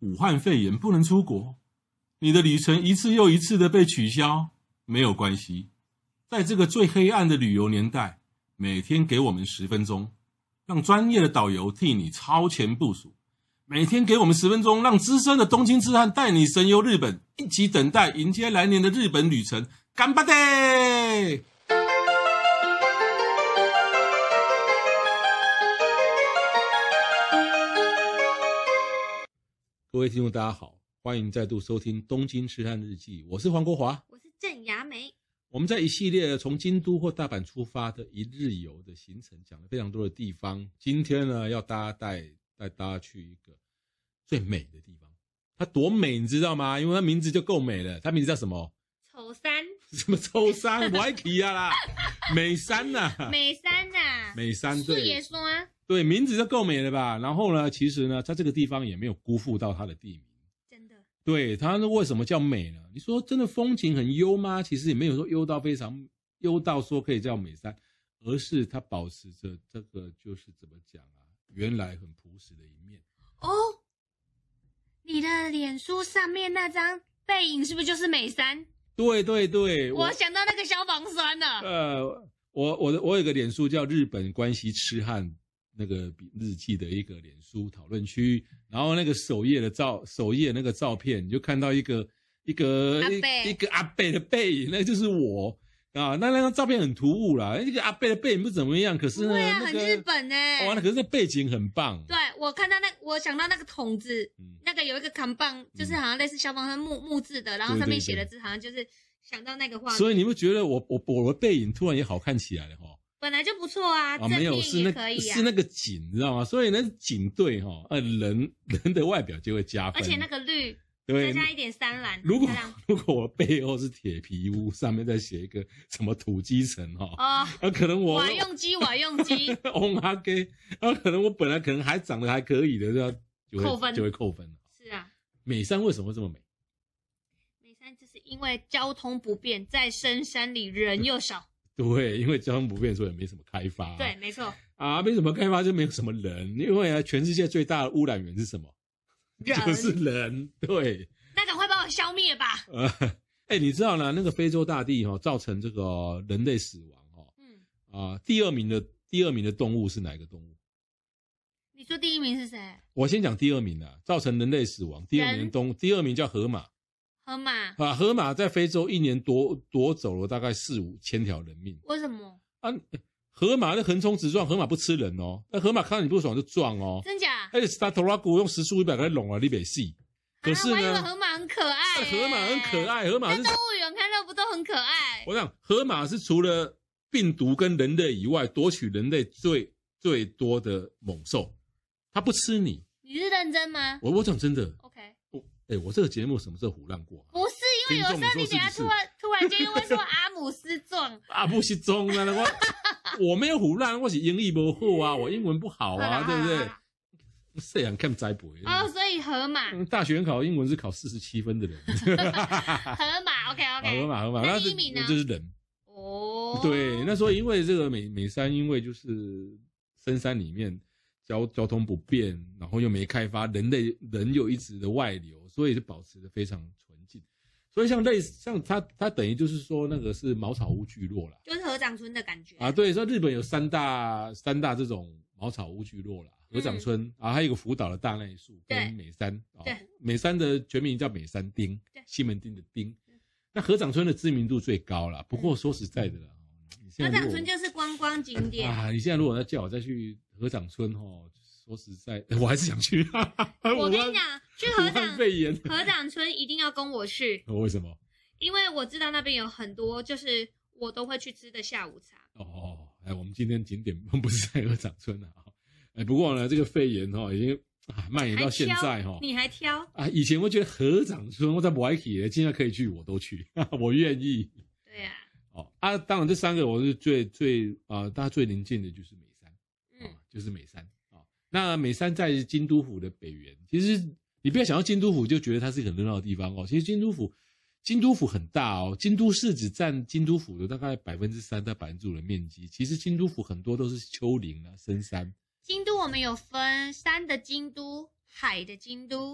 武汉肺炎不能出国，你的旅程一次又一次的被取消，没有关系。在这个最黑暗的旅游年代，每天给我们10分钟，让专业的导游替你超前部署。每天给我们10分钟，让资深的东京痴汉带你神游日本，一起等待迎接来年的日本旅程。干巴爹！各位听众大家好，欢迎再度收听东京痴汉日记，我是黄国华， 我是郑雅美。 我们在一系列从京都或大阪出发的一日游的行程，讲了非常多的地方。今天呢，要带大家去一个最美的地方。它多美你知道吗？因为它名字就够美了。它名字叫什么？丑山。什么丑山？我还去啊啦！美山呐、啊， 美山呐、啊， 美山对。 是也说啊。 对，名字就够美了吧？然后呢，其实呢，它这个地方也没有辜负到它的地名。 真的。 对，它为什么叫美呢？你说真的风景很优吗？其实也没有说优到非常优到说可以叫美山，而是它保持着这个就是怎么讲啊，原来很朴实的一面。 哦，你的脸书上面那张背影是不是就是美山？ 对对对， 我想到那个消防栓了。 我有个脸书叫日本关西痴汉那个日记的一个脸书讨论区，然后那个首页那个照片，你就看到一个阿伯的背影，那就是我啊。那张照片很突兀啦，那个阿伯的背影不怎么样，可是呢， 很日本欸。 可是那背景很棒。 对，我看到我想到那个筒子，那个有一个扛棒，就是好像类似消防栓木质的，然后上面写的字好像就是想到那个画面。 所以你会觉得我的背影突然也好看起来了哈。 本来就不错啊， 没有正面也可以啊， 是那个景，你知道吗？所以那景对哈，人的外表就会加分， 而且那个绿， 对， 再加一点山蓝。 如果我背后是铁皮屋，上面再写一个什么土基层哈，可能我用机， 翁阿给，可能我本来可能还长得还可以的，就会扣分。 是啊， 美山为什么这么美？ 美山就是因为交通不便，在深山里人又少。 对，因为交通不便，所以也没什么开发。 对，没错。 没什么开发就没有什么人，因为全世界最大的污染源是什么？就是人。对。那赶快把我消灭吧。 你知道呢？那个非洲大地造成这个人类死亡第二名的动物是哪一个动物？ 你说第一名是谁？ 我先讲第二名啊，造成人类死亡第二名叫河马。河马在非洲一年夺走了大概4-5千条人命。 为什么？ 河马那横冲直撞，河马不吃人哦。那河马看到你不爽就撞哦。 真假？ 而且他头拉骨用时速100给它拢了，你别细。可是呢， 我以为河马很可爱。 河马很可爱，河马是在动物园看到不都很可爱？ 我想河马是除了病毒跟人类以外，夺取人类最多的猛兽。它不吃你。 你是认真吗？ 我讲真的。 OK。 我这个节目什么时候胡乱过？ 不是，因为有时候你等下突然间又会说阿姆斯壮。 阿姆斯壮啊，我没有胡乱，我是英语不好啊，我英文不好啊，对不对？这样看栽培所以河马大学考英文是考47分的人。 河马 OK， 河马， 那第一名呢？ 就是人。对，那所以因为这个美山，因为就是深山里面交通不便，然后又没开发，人又一直的外流，所以就保持得非常纯净。所以像它等于就是说那个是茅草屋聚落啦， 就是合掌村的感觉对，说日本有三大这种茅草屋聚落啦，合掌村还有一个福岛的大奈树跟美山。对，美山的全名叫美山町，西门町的町。那合掌村的知名度最高啦，不过说实在的啦， 合掌村就是观光景点你现在如果要叫我再去合掌村说实在我还是想去。 我跟你讲，去合掌村一定要跟我去。 为什么？ 因为我知道那边有很多就是我都会去吃的下午茶。 我们今天景点不是在合掌村不过呢这个肺炎已经蔓延到现在你还挑以前我觉得合掌村我在不爱去，现在可以去我都去。我愿意。 对呀。 当然这3个我是大家最临近的就是美山。就是美山。那美山在京都府的北缘，其实你不要想到京都府就觉得它是一个很热闹的地方其实京都府很大京都市只占京都府的大概3%到5%的面积，其实京都府很多都是丘陵深山。 京都我们有分山的京都、海的京都、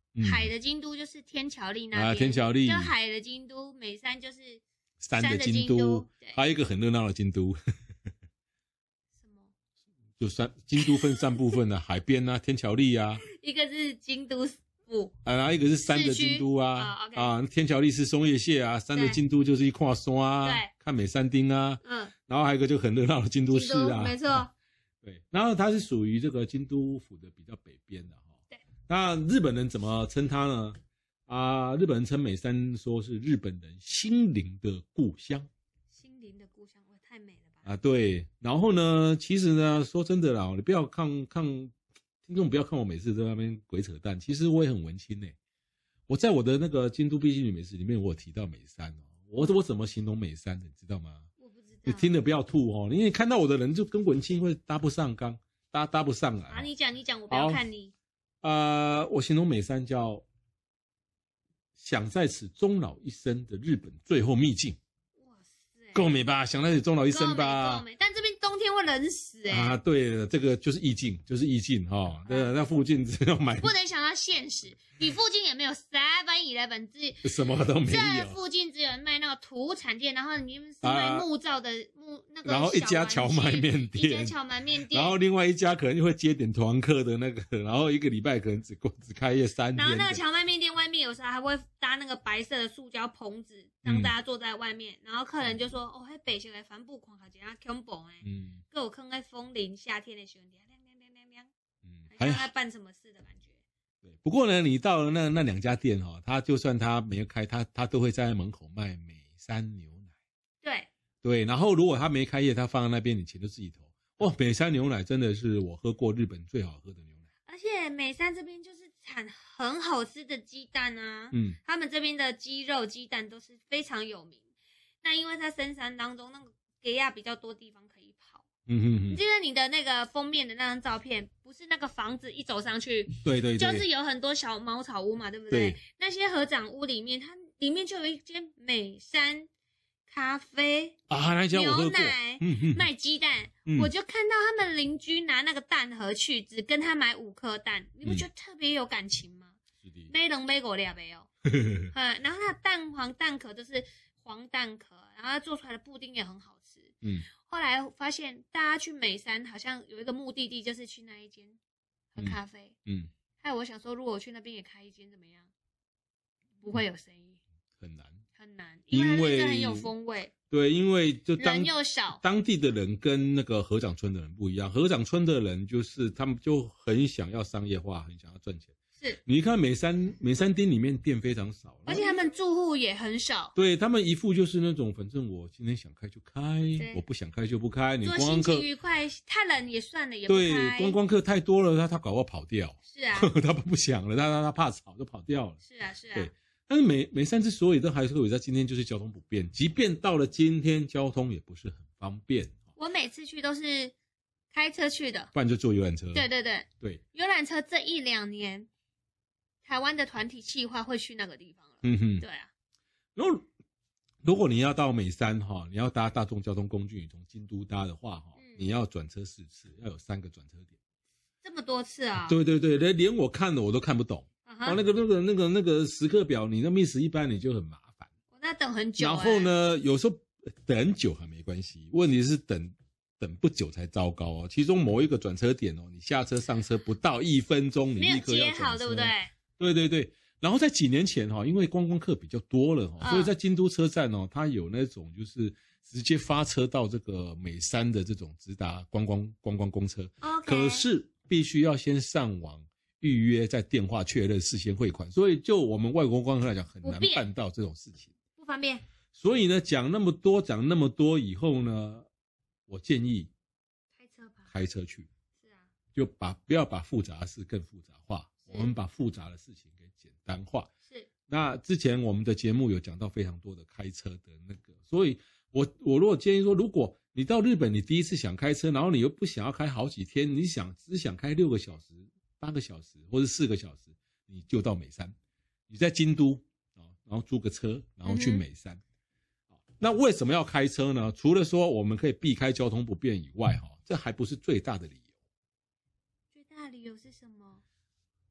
海的京都就是天桥立那边， 天桥立， 就海的京都，美山就是山的京都，还有一个很热闹的京都。 什么？ 就京都分3部分啊，海边啊，天桥立啊， 一个是京都府， 然后一个是山的京都啊，天桥立是松叶蟹啊，山的京都就是一看山啊，看美山町啊，然后还有一个就很热闹的京都市啊， 没错， 对，然后它是属于这个京都府的比较北边的哈， 对， 那日本人怎么称它呢？日本人称美山说是日本人心灵的故乡， 心灵的故乡，哇，太美了吧？ 对，然后呢，其实呢，说真的啦，你不要看听众不要看我每次在那边鬼扯淡，其实我也很文青欸。我在我的那个京都必经旅美食里面，我有提到美山哦。我怎么形容美山的，你知道吗？ 我不知道。 你听了不要吐哦，因为看到我的人就跟文青会搭不上纲，搭不上来。 啊，你讲，我不要看你。 我形容美山叫想在此终老一生的日本最后秘境。 哇塞， 够美吧？想在此终老一生吧？ 够美，但这边冬天会冷死对了，这个就是意境哈。那附近只要买， 不能想到现实，你附近也没有 7-11， 什么都没有。 这附近只有卖那个土产店，然后你是卖木造的那个， 然后一家荞麦面店，然后另外一家可能就会接点团客的那个，然后一个礼拜可能只开业3天。 然后那个荞麦面店外面有时候还会搭那个白色的塑胶棚子，让大家坐在外面，然后客人就说：“哦，那北上的帆布狂好一下恐怖哎，各有坑在风铃夏天的时候，亮，好像在办什么事的感觉。” 对，不过呢，你到了那2家店他就算他没有开，他都会在门口卖美山牛奶。对，然后如果他没开业，他放在那边，你钱就自己投。美山牛奶真的是我喝过日本最好喝的牛奶。 而且美山这边就是产很好吃的鸡蛋啊，他们这边的鸡肉、鸡蛋都是非常有名。那因为在深山当中，那个给亚比较多地方可以跑。你记得你的那个封面的那张照片，不是那个房子一走上去， 对， 就是有很多小茅草屋嘛，对不对？那些合掌屋里面，它里面就有一间美山咖啡那家我喝过， 牛奶，卖鸡蛋，我就看到他们邻居拿那个蛋盒去，只跟他买5颗蛋，你不觉得特别有感情吗？买2买5两没有，然后它的蛋黄蛋壳都是黄蛋壳，然后做出来的布丁也很好吃。后来发现大家去美山好像有一个目的地，就是去那一间喝咖啡。害我想说，如果我去那边也开一间怎么样？不会有生意， 很难， 因为它真的很有风味。 对，因为就人又少， 当地的人跟那个合掌村的人不一样。合掌村的人就是他们就很想要商业化，很想要赚钱。 是， 你看美山町里面店非常少， 而且他们住户也很少。 对，他们一副就是那种，反正我今天想开就开，我不想开就不开。你观光客心情愉快，太冷也算了，也不开。 对，观光客太多了，他搞不好跑掉。 是啊， 他不想了，他怕吵就跑掉了。 是啊。 对，但是美山之所以都还是会在今天就是交通不便，即便到了今天交通也不是很方便。 我每次去都是开车去的， 不然就坐游览车。 对，游览车这1-2年。台湾的团体企划会去那个地方了。对啊。 然后，如果你要到美山你要搭大众交通工具，你从京都搭的话你要转车4次，要有3个转车点。 这么多次啊？ 对，连我看了我都看不懂。那个时刻表，你那 miss 一般你就很麻烦。 那等很久。 然后呢，有时候等很久还没关系，问题是等不久才糟糕其中某一个转车点你下车上车不到1分钟，你立刻要转车。没有接好， 对不对？ 对，然后在几年前因为观光客比较多了所以在京都车站它有那种就是直接发车到这个美山的这种直达观光公车。可是必须要先上网预约，在电话确认，事先汇款，所以就我们外国观光客来讲很难办到这种事情， 不方便。 所以呢，讲那么多以后呢，我建议开车去。是啊，就不要把复杂的事更复杂化。我们把复杂的事情给简单化。 是。 那之前我们的节目有讲到非常多的开车的那个，所以我如果建议说，如果你到日本，你第一次想开车，然后你又不想要开好几天，你只想开6个小时、8个小时或者4个小时，你就到美山。你在京都然后租个车，然后去美山。那为什么要开车呢？除了说我们可以避开交通不便以外这还不是最大的理由。 最大的理由是什么？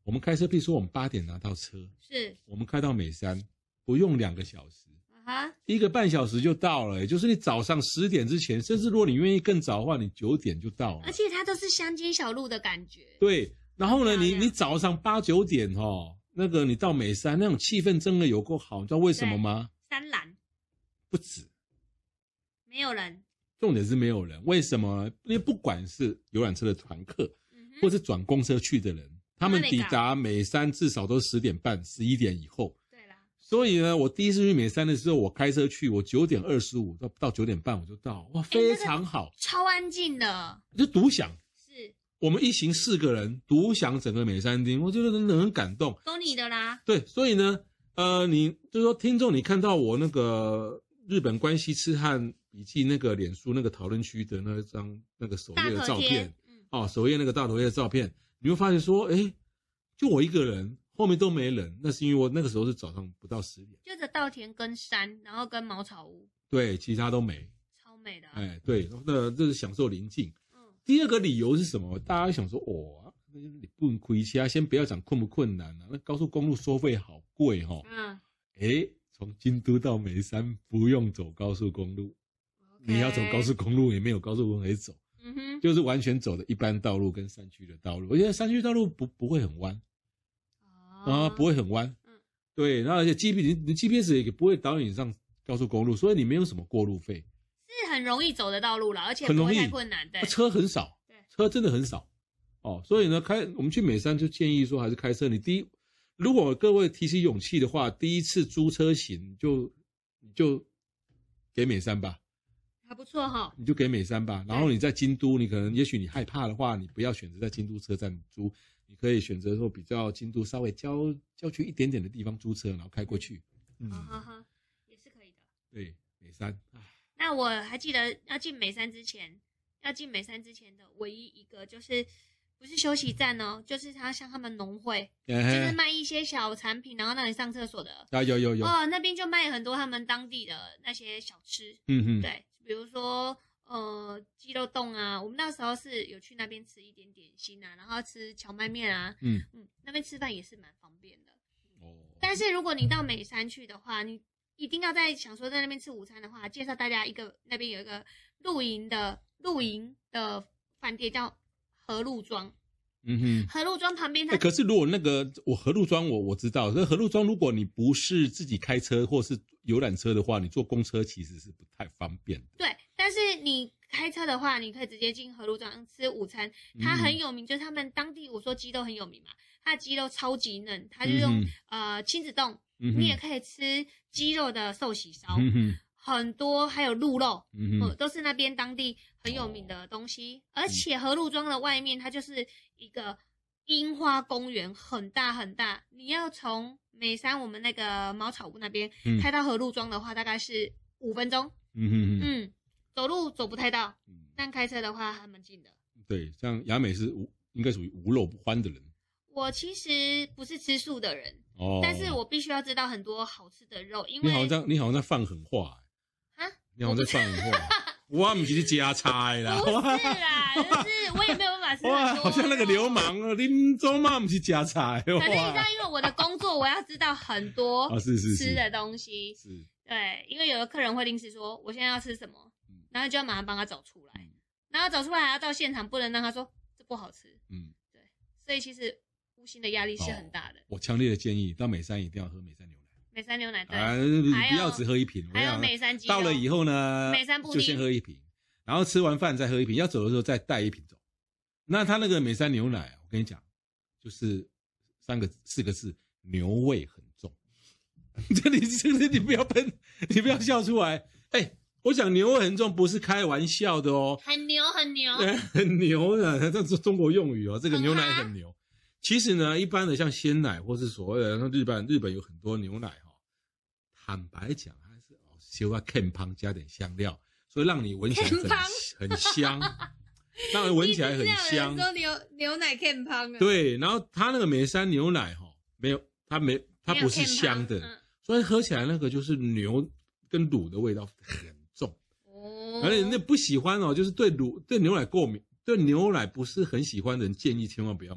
我们开车，譬如说我们8点拿到车， 是我们开到美山不用2个小时，1个半小时就到了，也就是你早上10点之前，甚至如果你愿意更早的话，你9点就到了。 而且它都是乡间小路的感觉。 对，然后呢，你早上8、9点那个你到美山那种气氛真的有够好，你知道为什么吗？ 山蓝不止， 没有人。 重点是没有人，为什么？因为不管是游览车的团客，或是转公车去的人，他们抵达美山至少都10点半、11点以后。 对啦。 所以呢，我第一次去美山的时候，我开车去，我9点25到9点半我就到，哇，非常好， 超安静的， 就独享。 是我们一行4个人独享整个美山町，我觉得真的很感动。 都你的啦。 对，所以呢，你就是说听众，你看到我那个日本关西痴汉笔记那个脸书那个讨论区的那张那个首页的照片，首页那个大头贴的照片，你会发现说，就我一个人，后面都没人，那是因为我那个时候是早上不到10点， 就着稻田跟山，然后跟茅草屋， 对，其他都没， 超美的。 对，那这是享受宁静。第二个理由是什么？大家想说，你不能亏钱，先不要讲困不困难啊，那高速公路收费好贵从京都到梅山不用走高速公路。你要走高速公路也没有高速公路可以走，就是完全走的一般道路跟山区的道路，而且山区道路不会很弯，不会很弯，对，然后而且你 GPS 也不会导引上高速公路，所以你没有什么过路费， 是很容易走的道路了，而且不会太困难，对， 车很少，车真的很少，所以呢，我们去美山就建议说还是开车，如果各位提起勇气的话，第一次租车型你就给美山吧。 还不错哈， 你就给美山吧。然后你在京都，你可能也许你害怕的话，你不要选择在京都车站租，你可以选择说比较京都稍微郊区一点点的地方租车，然后开过去。 也是可以的。 对，美山。 那我还记得要进美山之前的唯一一个就是不是休息站哦，就是像他们农会，就是卖一些小产品，然后让你上厕所的。 有那边就卖很多他们当地的那些小吃。对。比如说鸡肉冻啊，我们那时候是有去那边吃一点点心啊，然后吃荞麦面啊，那边吃饭也是蛮方便的。但是如果你到美山去的话，你一定要想说在那边吃午餐的话，介绍大家那边有一个露营的饭店叫和鹿庄。和鹿庄旁边可是如果和鹿庄我知道，和鹿庄如果你不是自己开车或是游览车的话，你坐公车其实是不太方便的。 对，但是你开车的话，你可以直接进和鹿庄吃午餐。它很有名，就是他们当地我说鸡肉很有名嘛，它的鸡肉超级嫩，它就用亲子冻，你也可以吃鸡肉的寿喜烧。很多还有鹿肉，都是那边当地很有名的东西。而且和鹿庄的外面，它就是一个樱花公园，很大很大。你要从美山我们那个茅草屋那边开到和鹿庄的话，大概是5分钟。走路走不太到，但开车的话还蛮近的。 对，像雅美是应该属于无肉不欢的人。 我其实不是吃素的人，但是我必须要知道很多好吃的肉，因为你好像在放狠话。你好像在放狠话，我不是去夹菜啦， 不是啦，就是我也没有办法吃很多。哇， 好像那个流氓哦，林中嘛不是夹菜。 可是你知道，因为我的工作，我要知道很多吃的东西。 是， 对，因为有的客人会临时说我现在要吃什么，然后就要马上帮他找出来，然后找出来还要到现场，不能让他说这不好吃。对，所以其实无形的压力是很大的。 我强烈的建议到美山一定要喝美山牛奶。 美山牛奶对， 不要只喝一瓶。 还有美山鸡肉。 到了以后呢， 美山布丁就先喝一瓶，然后吃完饭再喝一瓶，要走的时候再带一瓶走。那他那个美山牛奶，我跟你讲，就是4个字，牛味很重。你不要喷，你不要笑出来。我讲牛味很重不是开玩笑的哦， 很牛很牛， 对，很牛的，这是中国用语哦，这个牛奶很牛。其实呢，一般的像鲜奶或是所谓的日本有很多牛奶坦白讲还是稍微欠香加点香料，所以让你闻起来很香，让人闻起来很香。 说牛奶欠香啊？ 对，然后它那个美山牛奶没有，它不是香的，所以喝起来那个就是牛跟乳的味道很重。而且那不喜欢就是对牛奶过敏，对牛奶不是很喜欢的人建议千万不要买。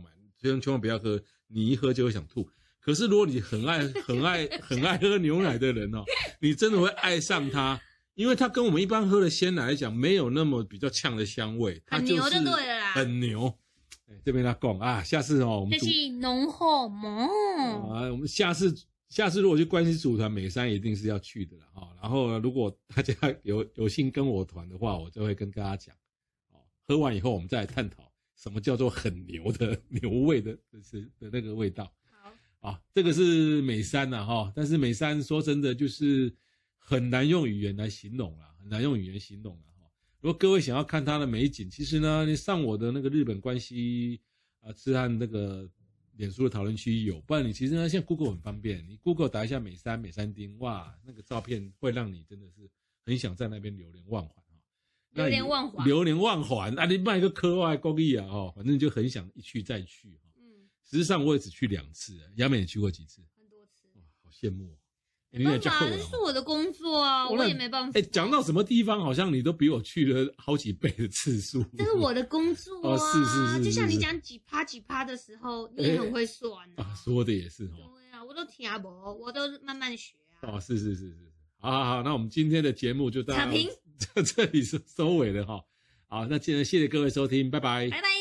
千万不要喝，你一喝就会想吐。可是如果你很爱喝牛奶的人哦，你真的会爱上它，因为它跟我们一般喝的鲜奶来讲，没有那么比较呛的香味，它就是很牛就对了啦， 很牛。这边他讲啊，下次哦，我们这是浓厚嘛我们下次如果去关西组团，美山一定是要去的啦然后如果大家有幸跟我团的话，我就会跟大家讲喝完以后我们再来探讨什么叫做很牛的牛味的那个味道。好，这个是美山但是美山说真的就是很难用语言来形容啦，很难用语言形容啦。如果各位想要看它的美景，其实呢，你上我的那个日本关西痴汉那个脸书的讨论区有，不然你其实呢，现在 Google 很方便，你 Google 打一下美山町，哇，那个照片会让你真的是很想在那边流连忘返流连忘返啊！你卖个科外公益反正就很想一去再去实际上我也只去2次，亚美你去过几次？ 很多次， 哇，好羡慕没办法，这是我的工作啊，我也没办法。 讲到什么地方，好像你都比我去了好几倍的次数。 这是我的工作啊， 是， 就像你讲几趴的时候，你也很会算说的也是对啊，我都听不，我都慢慢学是，好，那我们今天的节目就到这里收尾了好，那谢谢各位收听，拜拜， 拜拜。